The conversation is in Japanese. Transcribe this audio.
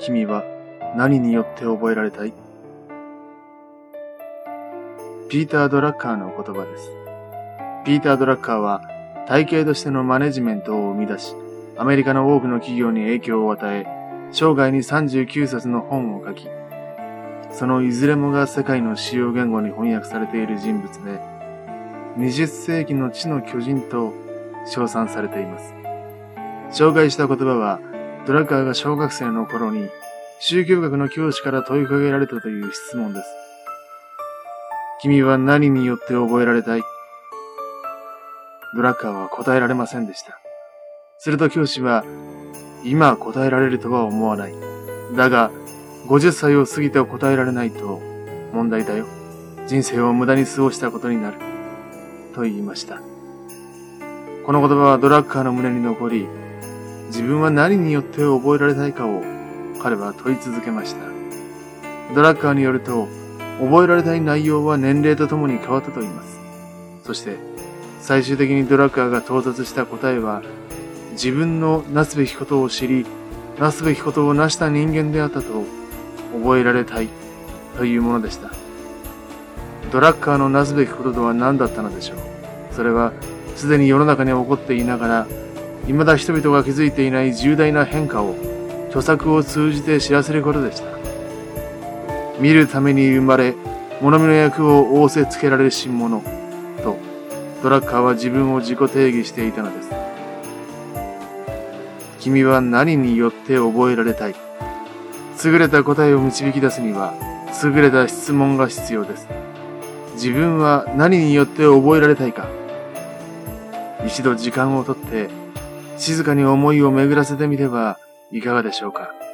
君は何によって覚えられたい？ピーター・ドラッカーの言葉です。ピーター・ドラッカーは体系としてのマネジメントを生み出し、アメリカの多くの企業に影響を与え、生涯に39冊の本を書き、そのいずれもが世界の主要言語に翻訳されている人物で、20世紀の知の巨人と称賛されています。紹介した言葉は、ドラッカーが小学生の頃に宗教学の教師から問いかけられたという質問です。君は何によって覚えられたい？ドラッカーは答えられませんでした。すると教師は、今答えられるとは思わない。だが、50歳を過ぎて答えられないと問題だよ。人生を無駄に過ごしたことになる。と言いました。この言葉はドラッカーの胸に残り、自分は何によって覚えられたいかを彼は問い続けました。ドラッカーによると、覚えられたい内容は年齢とともに変わったと言います。そして、最終的にドラッカーが到達した答えは、自分のなすべきことを知り、なすべきことをなした人間であったと覚えられたいというものでした。ドラッカーのなすべきこととは何だったのでしょう。それは、すでに世の中に起こっていながら、未だ人々が気づいていない重大な変化を著作を通じて知らせることでした。見るために生まれ、物見の役を仰せつけられし者と、ドラッカーは自分を自己定義していたのです。君は何によって覚えられたい？優れた答えを導き出すには、優れた質問が必要です。自分は何によって覚えられたいか？一度時間をとって、静かに思いを巡らせてみてはいかがでしょうか。